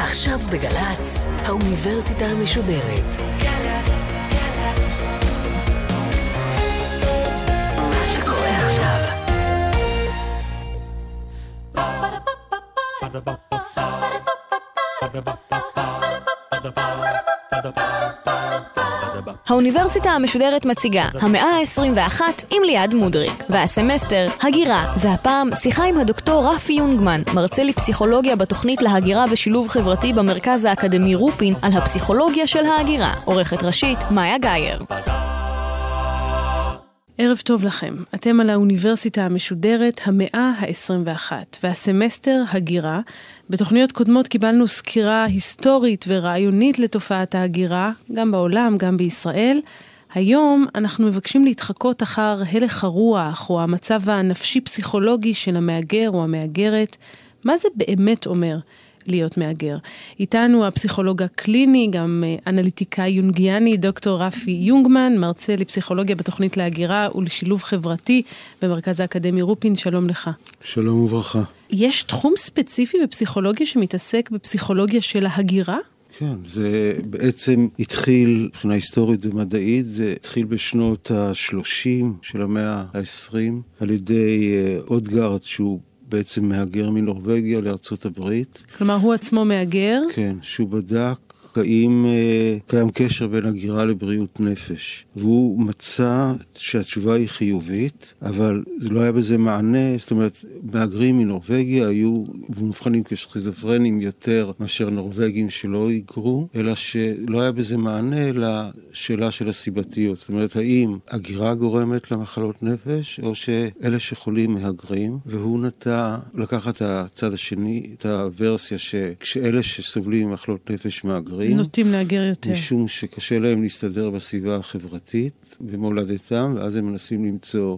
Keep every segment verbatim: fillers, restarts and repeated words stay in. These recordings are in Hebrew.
עכשיו בגלץ, האוניברסיטה המשודרת. מה שקורה עכשיו. האוניברסיטה המשודרת מציגה המאה ה-עשרים ואחת עם ליעד מודריק, והסמסטר הגירה, והפעם שיחה עם הדוקטור רפי יונגמן, מרצה לפסיכולוגיה בתוכנית להגירה ושילוב חברתי במרכז האקדמי רופין, על הפסיכולוגיה של ההגירה. עורכת ראשית מאיה גייר. ערב טוב לכם, אתם על האוניברסיטה המשודרת המאה ה-עשרים ואחת והסמסטר הגירה. בתוכניות קודמות קיבלנו סקירה היסטורית ורעיונית לתופעת ההגירה, גם בעולם, גם בישראל. היום אנחנו מבקשים להתחקות אחר הלך הרוח או המצב הנפשי-פסיכולוגי של המהגר או המהגרת. מה זה באמת אומר להיות מהגר? איתנו הפסיכולוג הקליני, גם אנליטיקאי יונגיאני, דוקטור רפי יונגמן, מרצה לפסיכולוגיה בתוכנית להגירה ולשילוב חברתי במרכז האקדמי רופין. שלום לך. שלום וברכה. יש תחום ספציפי בפסיכולוגיה שמתעסק בפסיכולוגיה של ההגירה? כן, זה בעצם התחיל, מבחינה היסטורית ומדעית, זה התחיל בשנות ה-שלושים של המאה ה-עשרים, על ידי אודגרד, שהוא בעצם מהגר מנורווגיה לארצות הברית. כלומר, הוא עצמו מהגר? כן, שהוא בדק האם אה, קיים קשר בין הגירה לבריאות נפש. והוא מצא שהתשובה היא חיובית, אבל זה לא היה בזה מענה. זאת אומרת, מהגרים מנורווגיה היו מבחנים כשכיזופרנים יותר מאשר נורווגים שלא היגרו, אלא שלא היה בזה מענה לשאלה של הסיבתיות. זאת אומרת, האם הגירה גורמת למחלות נפש, או שאלה שחולים מהגרים, והוא נטע לקחת את הצד השני, את הוורסיה שכשאלה שסובלים ממחלות נפש מהגרים, נוטים להגר יותר. משום שקשה להם להסתדר בסביבה החברתית במולדתם, ואז הם מנסים למצוא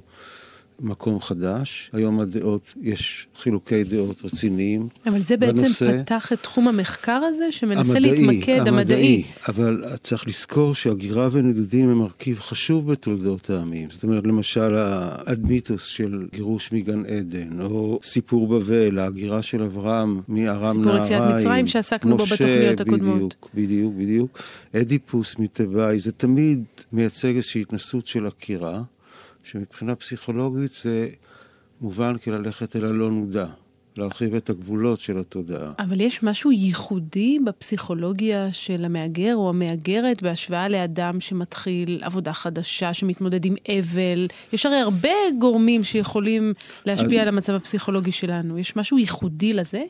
מקום חדש. היום הדעות, יש חילוקי דעות רציניים. אבל זה בעצם בנושא, פתח את תחום המחקר הזה, שמנסה המדעי, להתמקד, המדעי. המדעי. אבל צריך לזכור שהגירה ונדודים הם מרכיב חשוב בתולדות העמים. זאת אומרת, למשל, המיתוס של גירוש מגן עדן, או סיפור בבל, ההגירה של אברהם מארם נהריים. סיפור יציאת מצרים שעסקנו בו בתוכניות הקודמות. בדיוק, בדיוק, בדיוק. אדיפוס מתיבאי, זה תמיד מייצג איזושהי התנסות של עקירה, שמבחינה פסיכולוגית זה מובן כללכת אל הלא נודע, להרחיב את הגבולות של התודעה. אבל יש משהו ייחודי בפסיכולוגיה של המהגר או המהגרת, בהשוואה לאדם שמתחיל עבודה חדשה, שמתמודד עם אבל. יש הרי הרבה גורמים שיכולים להשפיע אז... על המצב הפסיכולוגי שלנו. יש משהו ייחודי לזה?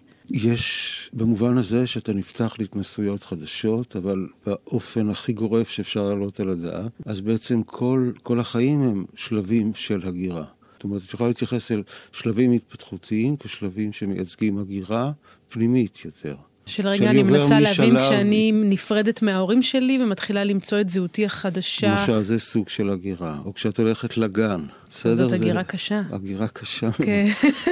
יש במובן הזה שאתה נפתח להתנסויות חדשות, אבל באופן הכי גורף שאפשר לעלות על הדעת, אז בעצם כל, כל החיים הם שלבים של הגירה. זאת אומרת, אפשר להתייחס אל שלבים התפתחותיים כשלבים שמייצגים הגירה פנימית יותר. של רגע אני מנסה להבין שאני נפרדת מההורים שלי ומתחילה למצוא את זהותי החדשה. למשל, זה סוג של הגירה. או כשאת הולכת לגן. בסדר? זאת הגירה קשה. הגירה קשה. כן.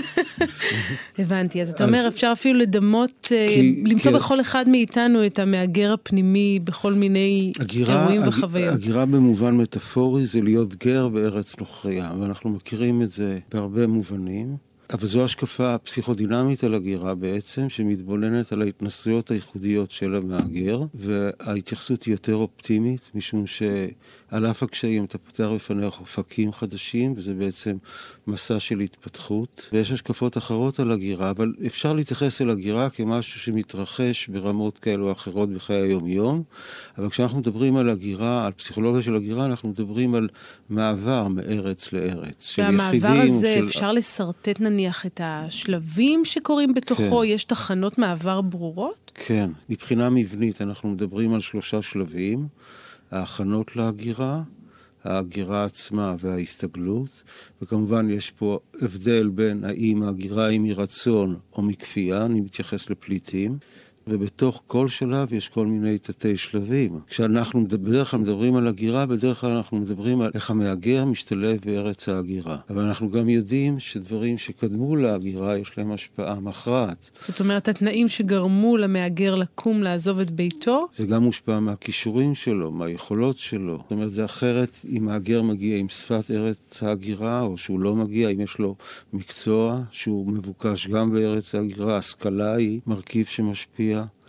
הבנתי. אז אתה אומר, אפשר אפילו לדמות, למצוא בכל אחד מאיתנו את המהגר הפנימי בכל מיני אירועים וחוויות. הגירה במובן מטאפורי זה להיות גר בארץ נוכריה. ואנחנו מכירים את זה בהרבה מובנים. אבל זו השקפה פסיכודינמית על הגירה בעצם, שמתבוננת על ההתנסויות הייחודיות של המהגר, וההתייחסות היא יותר אופטימית, משום שעל אף הקשיים אתה פותח בפניך אופקים חדשים, וזה בעצם מסע של התפתחות, ויש השקפות אחרות על הגירה, אבל אפשר להתייחס אל הגירה כמשהו שמתרחש ברמות כאלו או אחרות בחיי היום-יום, אבל כשאנחנו מדברים על הגירה, על פסיכולוגיה של הגירה, אנחנו מדברים על מעבר מארץ לארץ, של יחידים. והמעבר הזה של... אפשר לסרטט נניח את השלבים שקורים בתוכו, כן. יש תחנות מעבר ברורות? כן, מבחינה מבנית אנחנו מדברים על שלושה שלבים, ההכנות להגירה, ההגירה עצמה וההסתגלות, וכמובן יש פה הבדל בין האם ההגירה היא מרצון או מכפייה, אני מתייחס לפליטים, ובתוך כל שלב יש כל מיני תתי שלבים. כשאנחנו בדרך כלל מדברים על הגירה, בדרך כלל אנחנו מדברים על איך המהגר משתלב בארץ ההגירה. אבל אנחנו גם יודעים שדברים שקדמו להגירה יש להם השפעה מכרעת. זאת אומרת, התנאים שגרמו למהגר לקום לעזוב את ביתו? זה גם מושפע מהכישורים שלו, מהיכולות שלו. זאת אומרת, זה אחרת אם ההגר מגיע עם שפת ארץ ההגירה, או שהוא לא מגיע, אם יש לו מקצוע שהוא מבוקש גם בארץ ההגירה, השכלה היא מרכיב שמשפיע.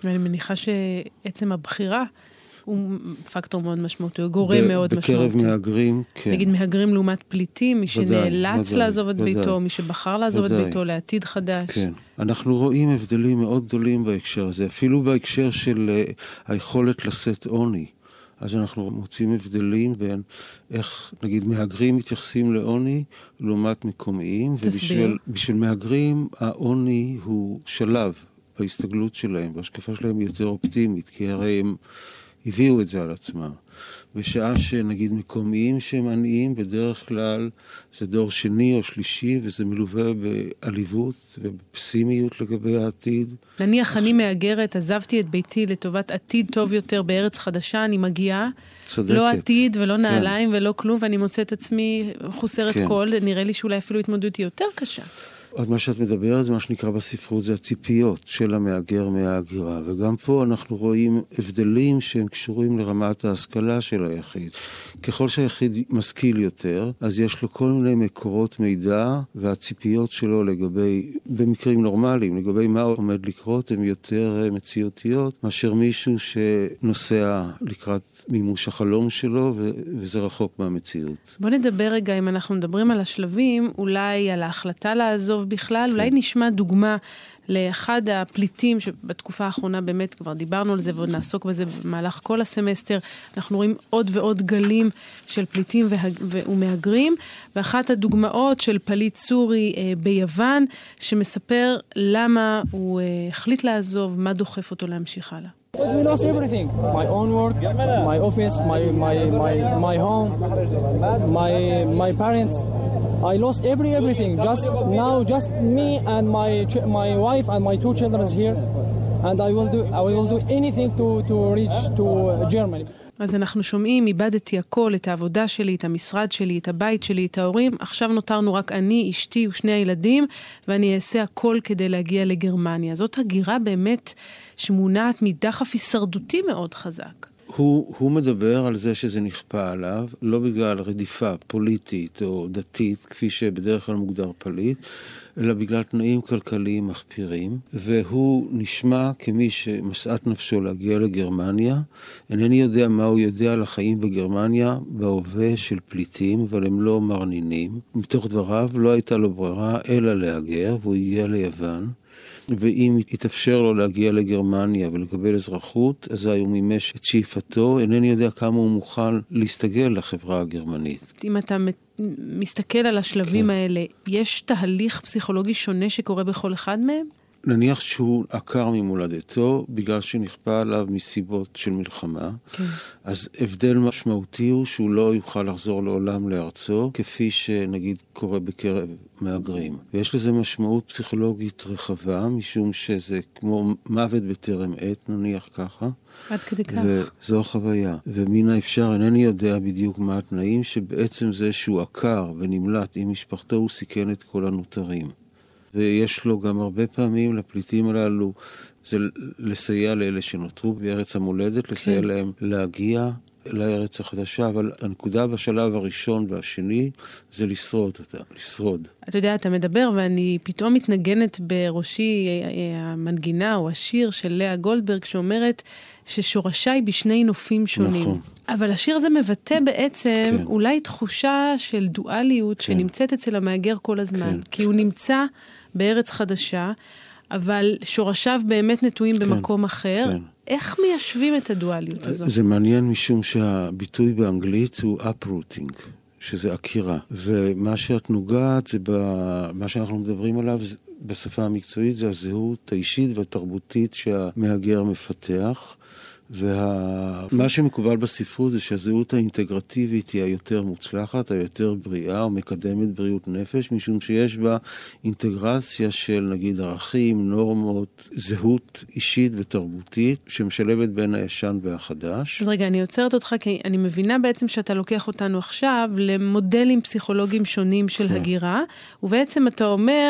ואני מניחה שעצם הבחירה הוא פקטור מאוד משמעותי, הוא גורם מאוד משמעותי. בקרב מהגרים, כן. נגיד מהגרים לעומת פליטים, מי שנאלץ ודאי, לעזוב את ודאי. ביתו, מי שבחר לעזוב ודאי. את ביתו לעתיד חדש. כן. אנחנו רואים הבדלים מאוד גדולים בהקשר הזה, אפילו בהקשר של uh, היכולת לשאת עוני. אז אנחנו מוצאים הבדלים בין איך, נגיד, מהגרים מתייחסים לעוני לעומת מקומיים. תסביר. ובשביל מהגרים העוני הוא שלב בהסתגלות שלהם, והשקפה שלהם היא יותר אופטימית, כי הרי הם הביאו את זה על עצמם. בשעה שנגיד מקומיים שהם עניים, בדרך כלל זה דור שני או שלישי, וזה מלווה בעליבות ובפסימיות לגבי העתיד. נניח אני מאגרת, עזבתי את ביתי לטובת עתיד טוב יותר בארץ חדשה, אני מגיעה, צדקת. לא עתיד ולא נעליים כן. ולא כלום, ואני מוצאת עצמי חוסרת כן. כל, נראה לי שאולי אפילו התמודדות היא יותר קשה. עוד מה שאת מדברת, זה מה שנקרא בספרות, זה הציפיות של המאגר מההגירה. וגם פה אנחנו רואים הבדלים שהם קשורים לרמת ההשכלה של היחיד. ככל שהיחיד משכיל יותר, אז יש לו כל מיני מקורות מידע, והציפיות שלו לגבי, במקרים נורמליים, לגבי מה עומד לקרות, הן יותר מציאותיות, מאשר מישהו שנוסע לקראת מימוש החלום שלו, ו- וזה רחוק מהמציאות. בוא נדבר רגע, אם אנחנו מדברים על השלבים, אולי על ההחלטה לעזוב בכלל, כן. אולי נשמע דוגמה לאחד הפליטים שבתקופה האחרונה באמת כבר דיברנו על זה ועוד נעסוק בזה במהלך כל הסמסטר. אנחנו רואים עוד ועוד גלים של פליטים ומהגרים, ואחת הדוגמאות של פליט סורי אה, ביוון, שמספר למה הוא אה, החליט לעזוב, מה דוחף אותו להמשיך הלאה. We lost everything. My own work, my office, my my my my home, my my parents. I lost every everything. Just now, just me and my my wife and my two children is here, and I will do I will do anything to to reach to Germany. אז אנחנו שומעים, איבדתי הכל, את העבודה שלי, את המשרד שלי, את הבית שלי, את ההורים. עכשיו נותרנו רק אני, אשתי ושני הילדים, ואני אעשה הכל כדי להגיע לגרמניה. זאת הגירה באמת שמונעת מדחף הישרדותי מאוד חזק. הוא, הוא מדבר על זה שזה נכפה עליו, לא בגלל רדיפה פוליטית או דתית, כפי שבדרך כלל מוגדר פליט, אלא בגלל תנאים כלכליים מחפירים, והוא נשמע כמי שמשאת נפשו להגיע לגרמניה. אינני יודע מה הוא יודע על החיים בגרמניה בהווה של פליטים, אבל הם לא מרנינים. מתוך דבריו לא הייתה לו ברירה אלא להגר, והוא הגיע ליוון. ואם יתאפשר לו להגיע לגרמניה ולקבל אזרחות, אז הוא מימש את שאיפתו. אינני יודע כמה הוא מוכן להסתגל לחברה הגרמנית. אם אתה מסתכל על השלבים כן. האלה, יש תהליך פסיכולוגי שונה שקורה בכל אחד מהם? נניח שהוא עקר ממולדתו, בגלל שנכפה עליו מסיבות של מלחמה, כן. אז הבדל משמעותי הוא שהוא לא יוכל לחזור לעולם לארצו, כפי שנגיד קורה בקרב מהגרים. ויש לזה משמעות פסיכולוגית רחבה, משום שזה כמו מוות בטרם עת, נניח ככה. עד כדי כך. וזו החוויה. ומן האפשר, אינני יודע בדיוק מה התנאים, שבעצם זה שהוא עקר ונמלט עם משפחתו, הוא סיכן את כל הנותרים. ויש לו גם הרבה פעמים לפליטים הללו, זה לסייע לאלה שנותרו בארץ המולדת, לסייע כן. להם להגיע לארץ החדשה, אבל הנקודה בשלב הראשון והשני זה לשרוד אותה, לשרוד. אתה יודע, אתה מדבר ואני פתאום מתנגנת בראשי המנגינה או השיר של לאה גולדברג שאומרת ששורשיי בשני נופים שונים. נכון. אבל השיר הזה מבטא בעצם כן. אולי תחושה של דואליות כן. שנמצאת אצל המאגר כל הזמן, כן. כי הוא נמצא בארץ חדשה, אבל שורשיו באמת נטועים כן. במקום אחר. כן. איך מיישבים את הדואליות הזאת? זה מעניין משום שהביטוי באנגלית הוא uprooting, שזה עקירה. ומה שאת נוגעת, זה במה שאנחנו מדברים עליו, בשפה המקצועית, זה הזהות האישית והתרבותית שהמאגר מפתח. ומה שמקובל בספרות זה שהזהות האינטגרטיבית היא היותר מוצלחת, היותר בריאה או מקדמת בריאות נפש, משום שיש בה אינטגרציה של נגיד ערכים, נורמות, זהות אישית ותרבותית שמשלבת בין הישן והחדש. אז רגע, אני עוצרת אותך כי אני מבינה בעצם שאתה לוקח אותנו עכשיו למודלים פסיכולוגיים שונים של הגירה, ובעצם אתה אומר,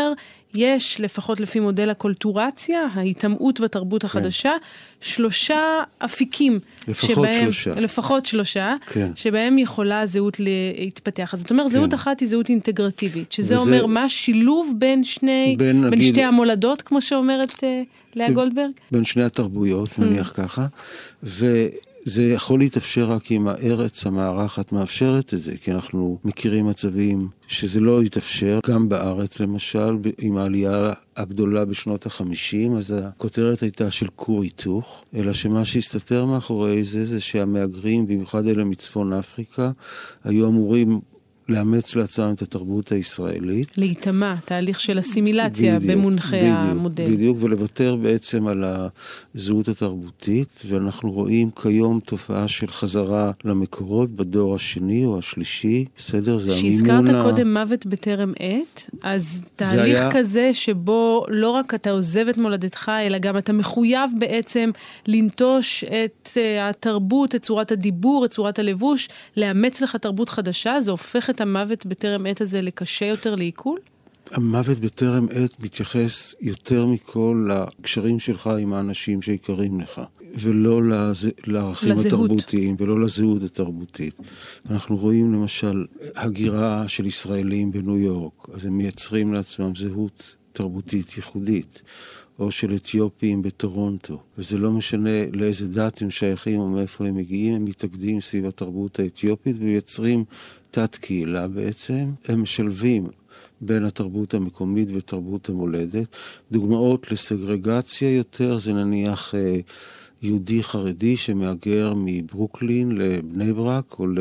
יש, לפחות לפי מודל הקולטורציה, ההתאמעות בתרבות החדשה, שלושה אפיקים. לפחות שבהם, שלושה. לפחות שלושה, כן. שבהם יכולה הזהות להתפתח. אז זאת אומרת, זהות אחת היא זהות אינטגרטיבית, שזה וזה... אומר מה שילוב בין שני, בין, בין נגיד... שתי המולדות, כמו שאומרת uh, לאה גולדברג? בין שני התרבויות, נניח ככה, ו... זה יכול להתאפשר רק אם הארץ המערכת מאפשרת את זה, כי אנחנו מכירים מצבים שזה לא יתאפשר, גם בארץ למשל, עם העלייה הגדולה בשנות החמישים, אז הכותרת הייתה של כור היתוך, אלא שמה שהסתתר מאחורי זה, זה שהמהגרים, במיוחד אלה מצפון אפריקה, היו אמורים לאמץ לעצמם את התרבות הישראלית. להתאמה, תהליך של אסימילציה בדיוק, במונחי בדיוק, המודל. בדיוק, ולוותר בעצם על הזהות התרבותית, ואנחנו רואים כיום תופעה של חזרה למקורות בדור השני או השלישי, בסדר? זה המימון... שהזכרת קודם מוות בטרם עת, אז תהליך היה... כזה שבו לא רק אתה עוזב את מולדתך, אלא גם אתה מחויב בעצם לנטוש את uh, התרבות, את צורת הדיבור, את צורת הלבוש, לאמץ לך תרבות חדשה, זה הופך את המוות בטרם עת הזה לקשה יותר לעיכול? המוות בטרם עת מתייחס יותר מכל לקשרים שלך עם האנשים שיקרים לך, ולא לז... לערכים לזהות. התרבותיים, ולא לזהות התרבותית. אנחנו רואים למשל הגירה של ישראלים בניו יורק, אז הם מייצרים לעצמם זהות תרבותית ייחודית, או של אתיופים בטורונטו, וזה לא משנה לאיזה דת הם שייכים או מאיפה הם מגיעים, הם מתאגדים סביב התרבות האתיופית ויוצרים תת קהילה בעצם, הם משלבים בין התרבות המקומית ותרבות המולדת. דוגמאות לסגרגציה יותר זה נניח אה, יהודי חרדי שמאגר מברוקלין לבני ברק או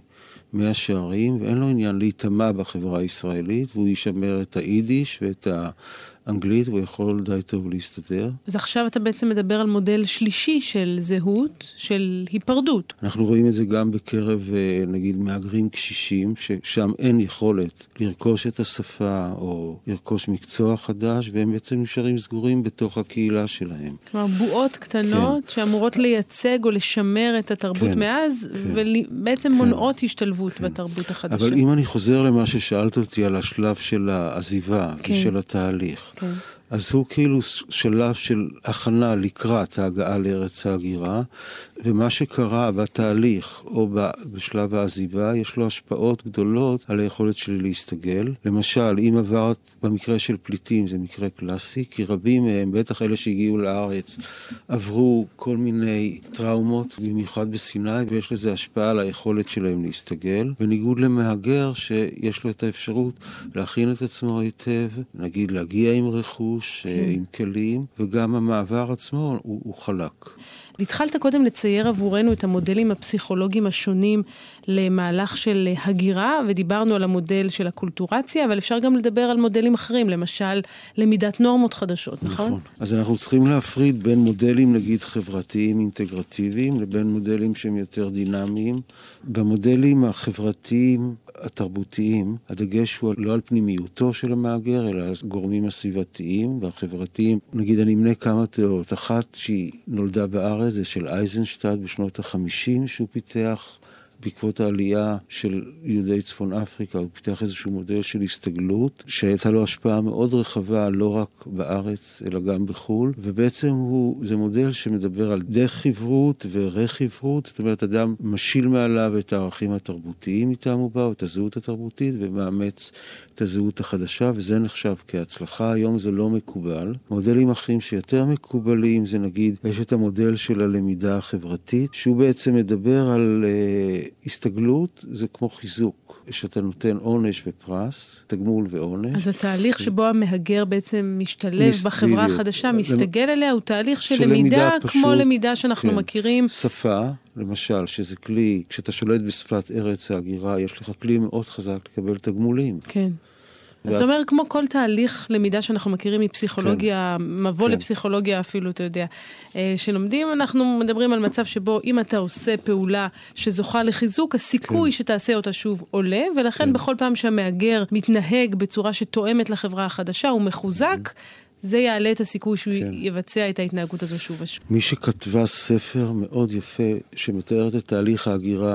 למאה שערים, ואין לו עניין להתאמה בחברה הישראלית, והוא ישמר את היידיש ואת ה... אנגלית, הוא יכול די טוב להסתדר. אז עכשיו אתה בעצם מדבר על מודל שלישי של זהות, של היפרדות. אנחנו רואים את זה גם בקרב, נגיד, מהגרים קשישים, ששם אין יכולת לרכוש את השפה, או לרכוש מקצוע חדש, והם בעצם נשארים סגורים בתוך הקהילה שלהם. כלומר, בועות קטנות כן. שאמורות לייצג או לשמר את התרבות כן, מאז, כן, ובעצם כן, מונעות השתלבות כן. בתרבות החדשה. אבל אם אני חוזר למה ששאלת אותי על השלב של העזיבה, כן. ושל התהליך, כן. אז הוא כאילו שלב של הכנה לקראת ההגעה לארץ ההגירה, ומה שקרה בתהליך או בשלב העזיבה, יש לו השפעות גדולות על היכולת שלי להסתגל. למשל, אם עברת במקרה של פליטים, זה מקרה קלאסי, כי רבים מהם, בטח אלה שהגיעו לארץ, עברו כל מיני טראומות, במיוחד בסיני, ויש לזה השפעה על היכולת שלהם להסתגל. בניגוד למהגר שיש לו את האפשרות להכין את עצמו היטב, נגיד להגיע עם רכוש, כן. עם כלים, וגם המעבר עצמו הוא, הוא חלק. התחלת קודם לצייר עבורנו את המודלים הפסיכולוגיים השונים למהלך של הגירה, ודיברנו על המודל של הקולטורציה, אבל אפשר גם לדבר על מודלים אחרים, למשל למידת נורמות חדשות, נכון? נכון. אז אנחנו צריכים להפריד בין מודלים, נגיד, חברתיים אינטגרטיביים, לבין מודלים שהם יותר דינמיים. במודלים החברתיים התרבותיים, הדגש הוא לא על פנימיותו של המאגר, אלא על גורמים הסביבתיים והחברתיים. נגיד, אני אמנה כמה תיאוריות. אחת שהיא נולדה בארץ, זה של אייזנשטאט בשנות החמישים, שהוא פיתח בעקבות העלייה של יהודי צפון אפריקה, הוא פיתח איזשהו מודל של הסתגלות, שהייתה לו השפעה מאוד רחבה, לא רק בארץ, אלא גם בחול, ובעצם הוא, זה מודל שמדבר על דחברות ורחברות, זאת אומרת, אדם משיל מעליו את הערכים התרבותיים איתם הוא בא, או את הזהות התרבותית, ומאמץ את הזהות החדשה, וזה נחשב כהצלחה. היום זה לא מקובל. מודלים אחרים שיותר מקובלים, זה נגיד, יש את המודל של הלמידה החברתית, שהוא בעצם מדבר על uh, הסתגלות, זה כמו חיזוק, שאתה נותן עונש ופרס, תגמול ועונש. אז התהליך שבו המהגר בעצם משתלב מס... בחברה בדיוק. החדשה, מסתגל למ... אליה, הוא תהליך של, של למידה, למידה פשוט, כמו למידה שאנחנו כן. מכירים. שפה, למשל, שזה כלי, כשאתה שולט בשפת ארץ ההגירה, יש לך כלי מאוד חזק לקבל תגמולים. כן. אז זאת אומרת, כמו כל תהליך למידה שאנחנו מכירים מפסיכולוגיה, מבוא לפסיכולוגיה אפילו, אתה יודע, שלומדים, אנחנו מדברים על מצב שבו אם אתה עושה פעולה שזוכה לחיזוק, הסיכוי שתעשה אותה שוב עולה, ולכן בכל פעם שהמאגר מתנהג בצורה שתואמת לחברה החדשה, הוא מחוזק, זה יעלה את הסיכוי שהוא יבצע את ההתנהגות הזו שוב ושוב. מי שכתבה ספר מאוד יפה, שמתארת את תהליך ההגירה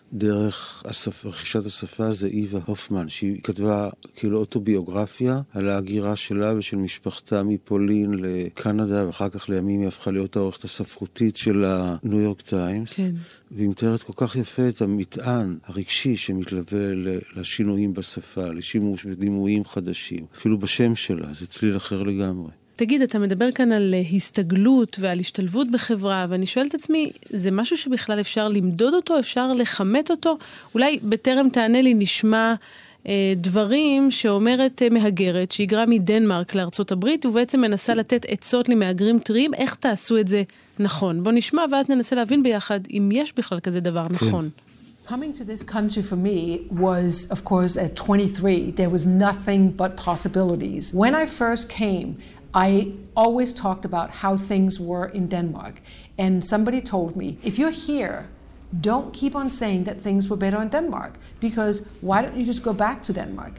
דרך השפ... רכישת השפה זה איווה הופמן, שהיא כתבה כאילו אוטוביוגרפיה על ההגירה שלה ושל משפחתה מפולין לקנדה, ואחר כך לימים היא הפכה להיות העורכת הספרותית של הניו יורק טיימס. כן. והיא מתארת כל כך יפה את המטען הרגשי שמתלווה לשינויים בשפה, לשימוש בדימויים חדשים, אפילו בשם שלה, זה צליל אחר לגמרי. תגיד, אתה מדבר כאן על הסתגלות ועל השתלבות בחברה, ואני שואלת עצמי, זה משהו שבכלל אפשר למדוד אותו, אפשר לחמת אותו? אולי בטרם תענה לי נשמע אה, דברים שאומרת אה, מהגרת, שהיגרה מדנמרק לארצות הברית, ובעצם מנסה לתת עצות למהגרים טריים, איך תעשו את זה נכון? בוא נשמע, ואז ננסה להבין ביחד אם יש בכלל כזה דבר נכון. Coming to this country for me was, of course, at twenty-three. There was nothing but possibilities. When I first came, I always talked about how things were in Denmark. And somebody told me, if you're here, don't keep on saying that things were better in Denmark, because why don't you just go back to Denmark?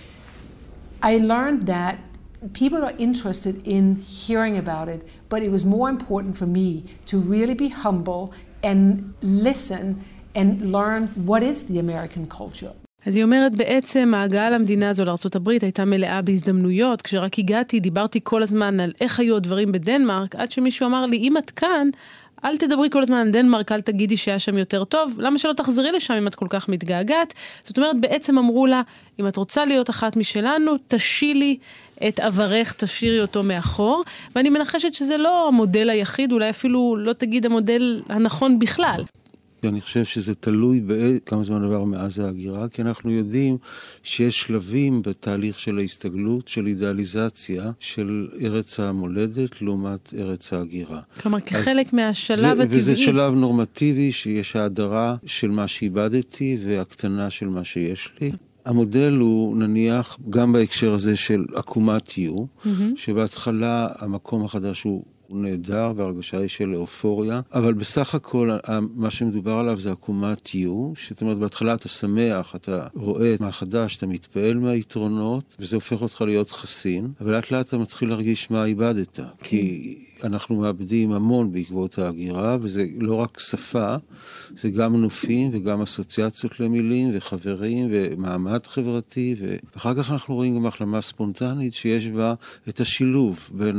I learned that people are interested in hearing about it, but it was more important for me to really be humble and listen and learn what is the American culture. אז היא אומרת בעצם ההגעה למדינה הזו לארצות הברית הייתה מלאה בהזדמנויות. כשרק הגעתי דיברתי כל הזמן על איך היו הדברים בדנמרק, עד שמישהו אמר לי, אם את כאן, אל תדברי כל הזמן על דנמרק, אל תגידי שהיה שם יותר טוב, למה שלא תחזרי לשם אם את כל כך מתגעגעת? זאת אומרת, בעצם אמרו לה, אם את רוצה להיות אחת משלנו, תשילי את עברך, תשאירי אותו מאחור, ואני מנחשת שזה לא המודל היחיד, אולי אפילו לא תגיד המודל הנכון בכלל. אני חושב שזה תלוי בכמה זמן עבר מאז ההגירה, כי אנחנו יודעים שיש שלבים בתהליך של ההסתגלות, של אידאליזציה, של ארץ המולדת לעומת ארץ ההגירה. כלומר, כחלק מהשלב זה, הטבעי. וזה שלב נורמטיבי שיש ההדרה של מה שאיבדתי והקטנה של מה שיש לי. המודל הוא נניח גם בהקשר הזה של עקומת יו, mm-hmm. שבהתחלה המקום החדש הוא הוא נהדר והרגשה היא של אופוריה, אבל בסך הכל מה שמדובר עליו זה עקומת יו, זאת אומרת בהתחלה אתה שמח, אתה רואה מה חדש, אתה מתפעל מהיתרונות, וזה הופך אותך להיות חסין, אבל לאט לאט אתה מתחיל להרגיש מה איבדת, כי אנחנו מאבדים המון בעקבות ההגירה, וזה לא רק שפה, זה גם נופים וגם אסוציאציות למילים וחברים ומעמד חברתי, ואחר כך אנחנו רואים גם החלמה ספונטנית שיש בה את השילוב בין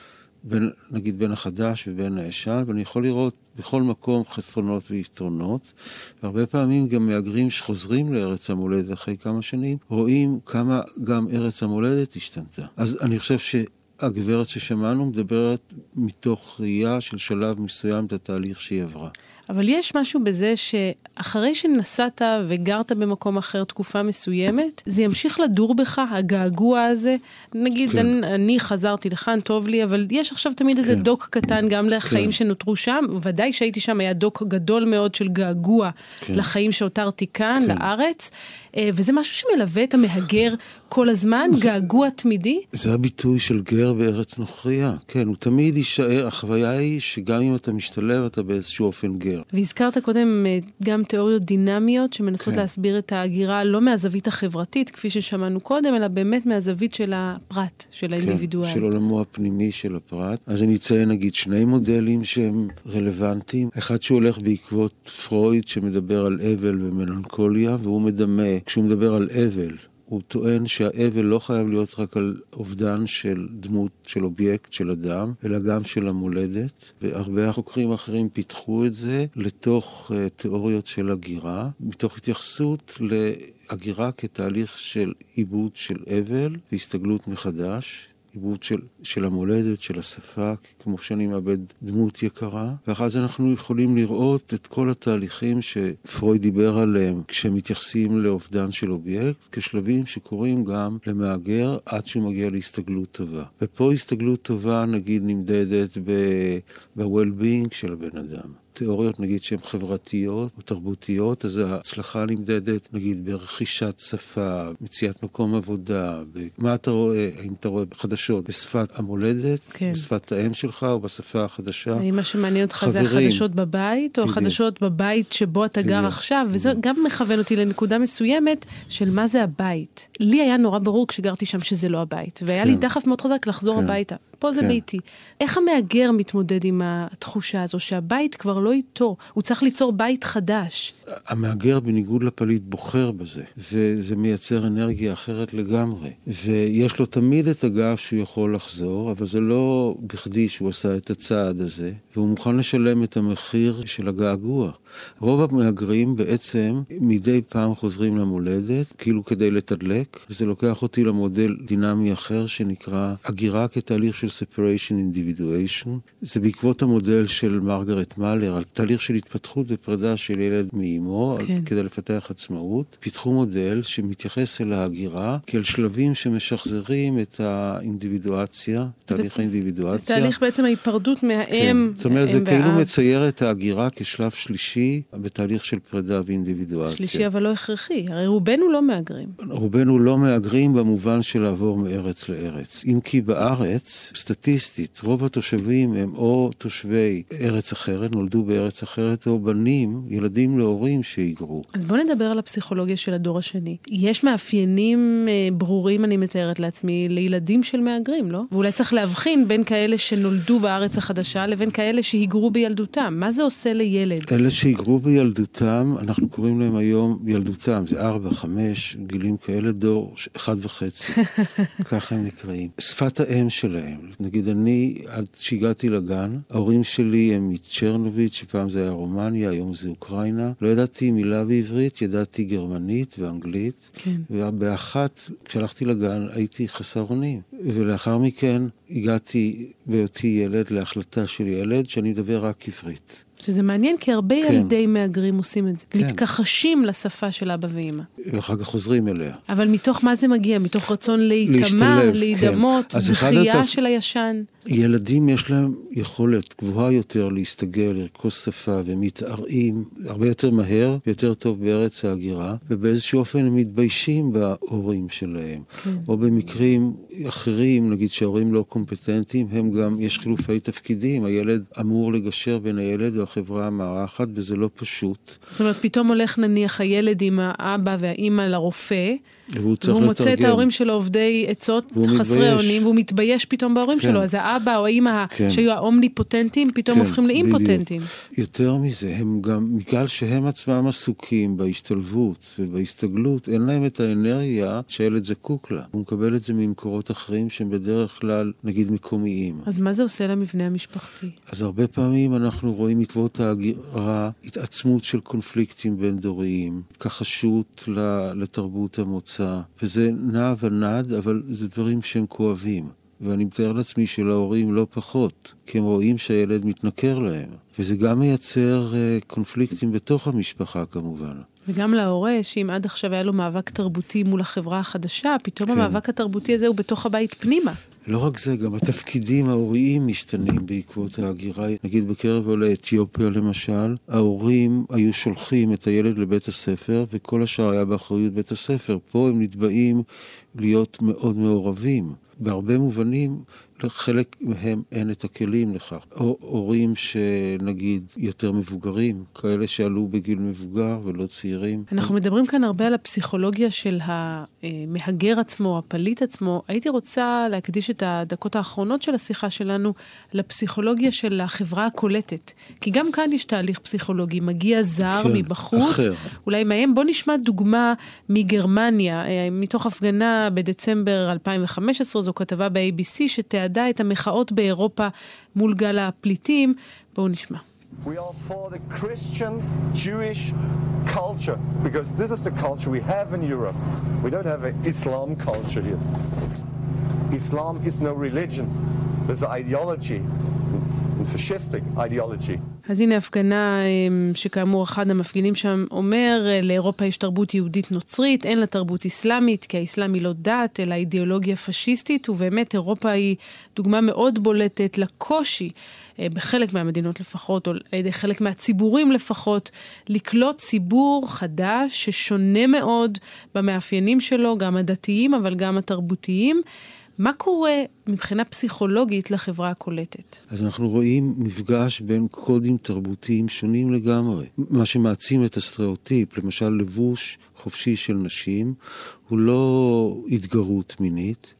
בין, נגיד בין החדש ובין הישן, ואני יכול לראות בכל מקום חסרונות ויתרונות, והרבה פעמים גם מהגרים שחוזרים לארץ המולדת אחרי כמה שנים, רואים כמה גם ארץ המולדת השתנתה. אז אני חושב שהגברת ששמענו מדברת מתוך ראייה של שלב מסוים את התהליך שהיא עברה. אבל יש משהו בזה שאחרי שנסעת וגרת במקום אחר תקופה מסוימת, זה ימשיך לדור בך, הגעגוע הזה. נגיד, כן. אני, אני חזרתי לכאן, טוב לי, אבל יש עכשיו תמיד כן. איזה דוק קטן גם לחיים כן. שנותרו שם. ודאי שהייתי שם, היה דוק גדול מאוד של געגוע כן. לחיים שהותרתי כאן, כן. לארץ. וזה משהו שמלווה את המהגר כל הזמן, זה, געגוע תמידי. זה הביטוי של גר בארץ נוכריה. כן, הוא תמיד יישאר, החוויה היא שגם אם אתה משתלב, אתה באיזשהו אופן גר. והזכרת קודם גם תיאוריות דינמיות שמנסות כן. להסביר את ההגירה לא מהזווית החברתית, כפי ששמענו קודם, אלא באמת מהזווית של הפרט, של האינדיבידואל. כן, של עולמו הפנימי של הפרט. אז אני אציין נגיד שני מודלים שהם רלוונטיים. אחד שהולך בעקבות פרויד שמדבר על אבל ומלנכוליה, והוא מדמה, כשהוא מדבר על אבל, הוא טוען שהאבל לא חייב להיות רק על אובדן של דמות, של אובייקט, של אדם, אלא גם של המולדת. והרבה חוקרים אחרים פיתחו את זה לתוך uh, תיאוריות של הגירה, מתוך התייחסות להגירה כתהליך של עיבוד של אבל והסתגלות מחדש. עיבוד של, של המולדת, של השפה, כמו שאני מאבד דמות יקרה. ואחר זה אנחנו יכולים לראות את כל התהליכים שפרויד דיבר עליהם, כשמתייחסים לאובדן של אובייקט, כשלבים שקוראים גם למהגר עד שהוא מגיע להסתגלות טובה. ופה הסתגלות טובה, נגיד, נמדדת ב-well-being של הבן אדם. תיאוריות, נגיד, שהן חברתיות או תרבותיות, אז ההצלחה נמדדת, נגיד, ברכישת שפה, מציאת מקום עבודה, מה אתה רואה, האם אתה רואה חדשות בשפת המולדת, כן. בשפת האם שלך או בשפה החדשה. האם מה שמעניין אותך חברים, זה החדשות בבית, או בדיוק. החדשות בבית שבו אתה גר בדיוק. עכשיו, וזה בדיוק. גם מכוון אותי לנקודה מסוימת של מה זה הבית. לי היה נורא ברור כשגרתי שם שזה לא הבית, והיה כן. לי דחף מאוד חזק לחזור כן. הביתה. פה זה כן. ביתי. איך המהגר מתמודד עם התחושה הזו, שהבית כבר לא איתו, הוא צריך ליצור בית חדש? המהגר בניגוד לפליט בוחר בזה, וזה מייצר אנרגיה אחרת לגמרי. ויש לו תמיד את הגב שהוא יכול לחזור, אבל זה לא בכדי שהוא עשה את הצעד הזה, והוא מוכן לשלם את המחיר של הגעגוע. רוב המהגרים בעצם מדי פעם חוזרים למולדת, כאילו כדי לתדלק, וזה לוקח אותי למודל דינמי אחר שנקרא הגירה כתהליך של separation individuation. זה בעקבות המודל של מרגרט מאלר, על תהליך של התפתחות ופרידה של ילד מאמו, כן. כדי לפתח עצמאות. פיתחו מודל שמתייחס אל ההגירה כאל שלבים שמשחזרים את האינדיבידואציה, תהליך האינדיבידואציה. תהליך בעצם ההיפרדות מהאם. כן. זאת אומרת, זה כאילו מצייר את ההגירה כשלב שלישי בתהליך של פרידה ואינדיבידואציה. שלישי אבל לא הכרחי, הרי רובנו לא מהגרים. רובנו לא מהגרים במובן של לעבור מארץ לארץ. אם כי בארץ, סטטיסטית, רוב התושבים הם או תושבי ארץ אחרת, נולדו בארץ אחרת, או בנים, ילדים להורים שהיגרו. אז בוא נדבר על הפסיכולוגיה של הדור השני. יש מאפיינים ברורים, אני מתארת לעצמי, לילדים של מהגרים, לא? ואולי צריך להבחין בין כאלה שנולדו בארץ החדשה, לבין כאלה שהיגרו בילדותם. מה זה עושה לילד? אלה שהיגרו בילדותם, אנחנו קוראים להם היום ילדותם, זה ארבע, חמש, גילים כאלה, דור אחד וחצי. ככה הם נקראים. שפת האם שלהם. נגיד, אני, עד שהגעתי לגן, ההורים שלי הם מצ'רנוביץ', שפעם זה היה רומניה, היום זה אוקראינה. לא ידעתי מילה בעברית, ידעתי גרמנית ואנגלית. כן. ובאחת, כשהלכתי לגן, הייתי חסר אונים. ולאחר מכן, הגעתי בהיותי ילד להחלטה של ילד, שאני מדבר רק עברית. שזה מעניין, כי הרבה כן. ילדי מהגרים עושים את זה. כן. מתכחשים לשפה של אבא ואמא. ואחר כך חוזרים אליה. אבל מתוך מה זה מגיע? מתוך רצון להיטמע, להידמות, כן. בחייה התפ... של הישן? ילדים יש להם יכולת גבוהה יותר להסתגל, לרכוש שפה, והם מתארים הרבה יותר מהר, יותר טוב בארץ ההגירה, ובאיזשהו אופן הם מתביישים בהורים שלהם. כן. או במקרים אחרים, נגיד שההורים לא קומפטנטים, הם גם, יש חילופי תפקידים, הילד אמור לגשר בין הילד והחברה המערכת, וזה לא פשוט. זאת אומרת, פתאום הולך נניח הילד עם האבא והאמא לרופא, והוא, והוא מוצא לתרגם. את ההורים שלו עובדי עצות חסרי אונים, והוא מתבייש פתאום בהורים כן. שלו, אז האבא או האמא כן. שהיו האומניפוטנטים, פתאום כן, הופכים לאימפוטנטים. בדיוק. יותר מזה, הם גם, בגלל שהם עצמם עסוקים בהשתלבות ובהסתגלות, אין להם את האנרגיה שהילד זקוק לה. הוא מקבל את זה ממקורות אחרים שהם בדרך כלל, נגיד, מקומיים. אז מה זה עושה למבנה המשפחתי? אז הרבה פעמים אנחנו רואים בעקבות ההגירה, התעצמות של קונפליקטים בין דוריים, כחשות לתרבות המוצא, וזה נע ונד, אבל זה דברים שהם כואבים. ואני מתאר לעצמי שלהורים לא פחות, כי הם רואים שהילד מתנכר להם. וזה גם מייצר uh, קונפליקטים בתוך המשפחה כמובן. וגם להורה, שאם עד עכשיו היה לו מאבק תרבותי מול החברה החדשה, פתאום כן. המאבק התרבותי הזה הוא בתוך הבית פנימה. לא רק זה, גם התפקידים ההוריים משתנים בעקבות ההגירה. נגיד בקרב עולי אתיופיה למשל, ההורים היו שולחים את הילד לבית הספר, וכל השאר היה באחריות בית הספר. פה הם נתבעים להיות מאוד מעורבים. בהרבה מובנים, לחלק מהם אין את הכלים לכך. או הורים שנגיד יותר מבוגרים, כאלה שעלו בגיל מבוגר ולא צעירים. אנחנו מדברים כאן הרבה על הפסיכולוגיה של המהגר עצמו, הפליט עצמו. הייתי רוצה להקדיש את הדקות האחרונות של השיחה שלנו לפסיכולוגיה של החברה הקולטת. כי גם כאן יש תהליך פסיכולוגי. מגיע זר כן, מבחוץ, אחר. אולי מהם. בוא נשמע דוגמה מגרמניה, מתוך הפגנה בדצמבר אלפיים וחמש עשרה, זו כתבה ב-איי בי סי שתיעדה את המחאות באירופה מול גל הפליטים. בואו נשמע. We are for the Christian Jewish culture because this is the culture we have in Europe. We don't have an Islam culture here. Islam is no religion. It's an ideology. fascistic ideology. אז הנה הפגנה שכאמור אחד המפגינים שם אומר, לאירופה יש תרבות יהודית נוצרית, אין לה תרבות איסלאמית, כי האסלאם היא לא דת, אלא אידיאולוגיה פשיסטית, ובאמת אירופה היא דוגמה מאוד בולטת לקושי, בחלק מהמדינות לפחות, או חלק מהציבורים לפחות, לקלוט ציבור חדש ששונה מאוד במאפיינים שלו, גם הדתיים אבל גם התרבותיים. מה קורה מבחינה פסיכולוגית לחברה הקולטת? אז אנחנו רואים מפגש בין קודים תרבותיים שונים לגמרי. מה שמעצים את הסטריאוטיפ, למשל לבוש חופשי של נשים, הוא לא התגרות מינית,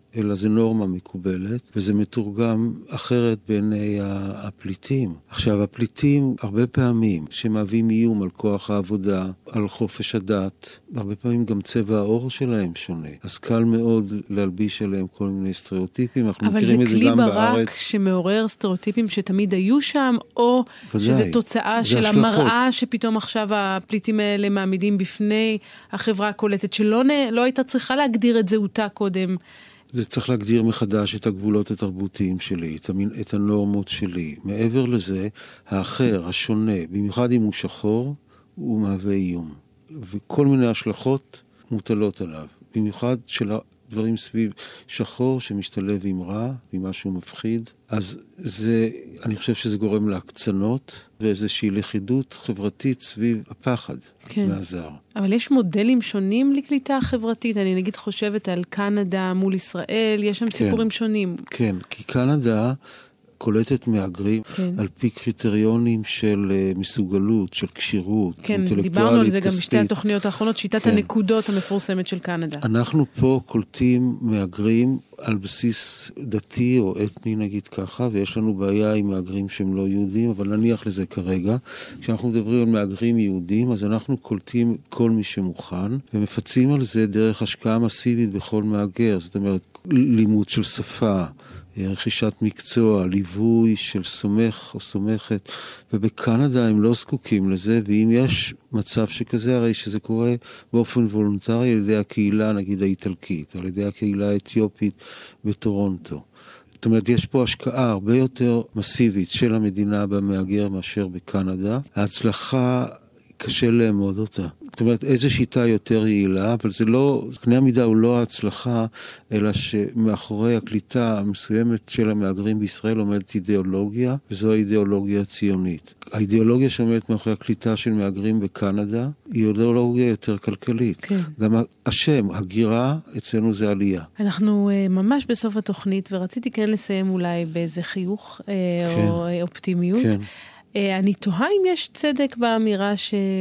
אלא זה נורמה מקובלת, וזה מתורגם אחרת בעיני הפליטים. עכשיו, הפליטים הרבה פעמים שמהווים איום על כוח העבודה, על חופש הדת, הרבה פעמים גם צבע העור שלהם שונה. אז קל מאוד להלביש עליהם כל מיני סטריאוטיפים, אנחנו מכירים את זה גם בארץ. אבל זה כלי ברק שמעורר סטריאוטיפים שתמיד היו שם, או ודאי, שזה תוצאה של השלכות. המראה שפתאום עכשיו הפליטים האלה מעמידים בפני החברה הקולטת, שלא לא הייתה צריכה להגדיר את זהותה קודם. זה צריך להגדיר מחדש את הגבולות התרבותיים שלי, את, המין, את הנורמות שלי. מעבר לזה, האחר, השונה, במיוחד אם הוא שחור, הוא מהווה איום. וכל מיני השלכות מוטלות עליו. במיוחד של דברים סביב שחור שמשתלב עם רע, עם משהו מפחיד. אז זה, אני חושב שזה גורם להקצנות, ואיזושהי לכידות חברתית סביב הפחד כן. מהזר. אבל יש מודלים שונים לקליטה חברתית. אני נגיד חושבת על קנדה מול ישראל, יש שם כן. סיפורים שונים. כן, כי קנדה קולטת מהגרים כן. על פי קריטריונים של uh, מסוגלות, של קשירות, כן, אינטלקטואלית, דיברנו על זה כספית. גם בשתי התוכניות האחרונות, שיטת כן. הנקודות המפורסמת של קנדה. אנחנו פה קולטים מהגרים על בסיס דתי או אתני נגיד ככה, ויש לנו בעיה עם מהגרים שהם לא יהודים, אבל נניח לזה כרגע. כשאנחנו מדברים על מהגרים יהודים, אז אנחנו קולטים כל מי שמוכן, ומפצים על זה דרך השקעה מסיבית בכל מהגר, זאת אומרת, לימוד של שפה, רכישת מקצוע, ליווי של סומך או סומכת, ובקנדה הם לא זקוקים לזה, ואם יש מצב שכזה, הרי שזה קורה באופן וולונטרי על ידי הקהילה, נגיד האיטלקית, על ידי הקהילה האתיופית בטורונטו. זאת אומרת, יש פה השקעה הרבה יותר מסיבית של המדינה במהגר מאשר בקנדה. ההצלחה קשה לאמוד אותה. זאת אומרת, איזו שיטה יותר יעילה, אבל זה לא, קנה המידה הוא לא ההצלחה, אלא שמאחורי הקליטה המסוימת של המהגרים בישראל עומדת אידיאולוגיה, וזו האידיאולוגיה הציונית. האידיאולוגיה שעומדת מאחורי הקליטה של מהגרים בקנדה, היא אידיאולוגיה יותר כלכלית. כן. גם השם, הגירה, אצלנו זה עלייה. אנחנו uh, ממש בסוף התוכנית, ורציתי כן לסיים אולי באיזה חיוך, uh, כן. או אופטימיות. כן. אני תוהה אם יש צדק באמירה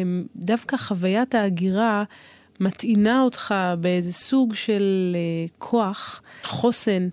שדווקא חוויית ההגירה מטעינה אותך באיזה סוג של כוח, חוסן,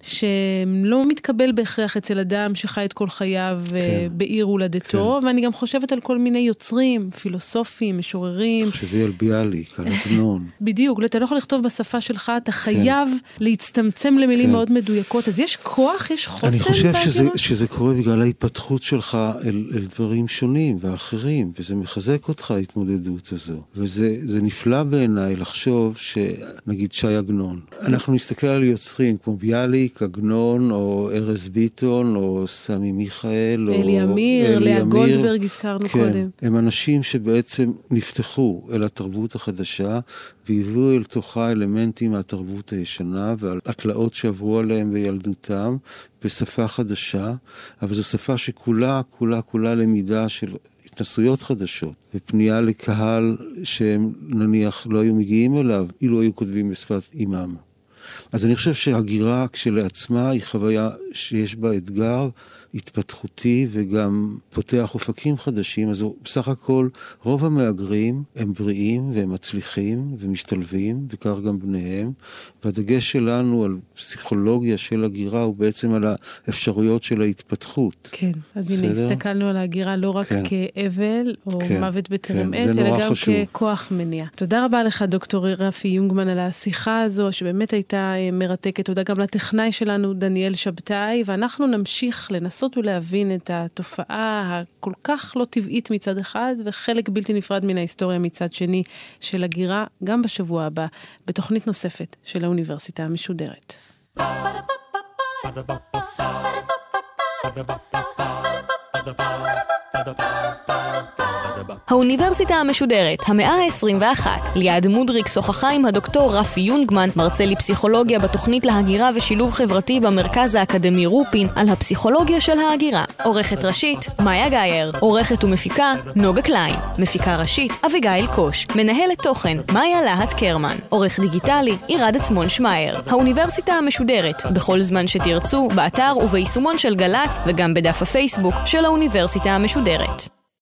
שלא מתקבל בהכרח אצל אדם שחי את כל חייו כן. בעיר הולדתו, כן. ואני גם חושבת על כל מיני יוצרים, פילוסופים, משוררים. תחשבי על ביאליק, על עגנון. בדיוק, אתה לא יכול לכתוב בשפה שלך, אתה חייב כן. להצטמצם למילים כן. מאוד מדויקות, אז יש כוח, יש חוסן בהגירה? אני חושב שזה, בהגירה? שזה קורה בגלל ההתפתחות שלך אל, אל דברים שונים ואחרים, וזה מחזק אותך ההתמודדות הזו, וזה זה נפלא בעיניי לחשוב שנגיד שי עגנון. אנחנו נסתכל על יוצרים כמו ביאליק, עגנון, או ארז ביטון, או סמי מיכאל, אלי אמיר, לאה גולדברג הזכרנו כן, קודם. הם אנשים שבעצם נפתחו אל התרבות החדשה, והביאו אל תוכה אלמנטים מהתרבות הישנה, ועל התלאות שעברו עליהם בילדותם, בשפה חדשה, אבל זו שפה שכולה, כולה, כולה למידה של התנסויות חדשות, ופנייה לקהל שהם נניח לא היו מגיעים אליו, אילו היו כותבים בשפת אימם. אז אני חושב שהגירה כשלעצמה היא חוויה שיש בה אתגר התפתחותי וגם פותח אופקים חדשים. אז בסך הכל רוב המהגרים הם בריאים והם מצליחים ומשתלבים, וכך גם בניהם. והדגש שלנו על פסיכולוגיה של הגירה הוא בעצם על האפשרויות של ההתפתחות. כן, אז בסדר? הנה הסתכלנו על ההגירה לא רק כן. כאבל או כן, מוות בטרם כן, עת, אלא גם חשוב. ככוח מניע. תודה רבה לך דוקטור רפי יונגמן על השיחה הזו, שבאמת הייתה מרתקת. תודה גם לטכנאי שלנו דניאל שבתאי, ואנחנו נמשיך לנסות ולהבין את התופעה הכל כך לא טבעית מצד אחד, וחלק בלתי נפרד מן ההיסטוריה מצד שני של הגירה, גם בשבוע הבא, בתוכנית נוספת של האוניברסיטה המשודרת. האוניברסיטה המשודרת, המאה ה-עשרים ואחת. ליעד מודריק שוחחה עם הדוקטור רפי יונגמן, מרצה לפסיכולוגיה בתוכנית להגירה ושילוב חברתי במרכז האקדמי רופין, על הפסיכולוגיה של ההגירה. עורכת ראשית, מאיה גייר. עורכת ומפיקה, נוגה קליין. מפיקה ראשית, אביגיל קוש. מנהלת תוכן, מאיה להט קרמן. עורך דיגיטלי, עירד עצמון שמייר. האוניברסיטה המשודרת, בכל זמן שתרצו, באתר וביישומון של גל"צ, וגם בדף הפייסבוק של האוניברסיטה המשודרת.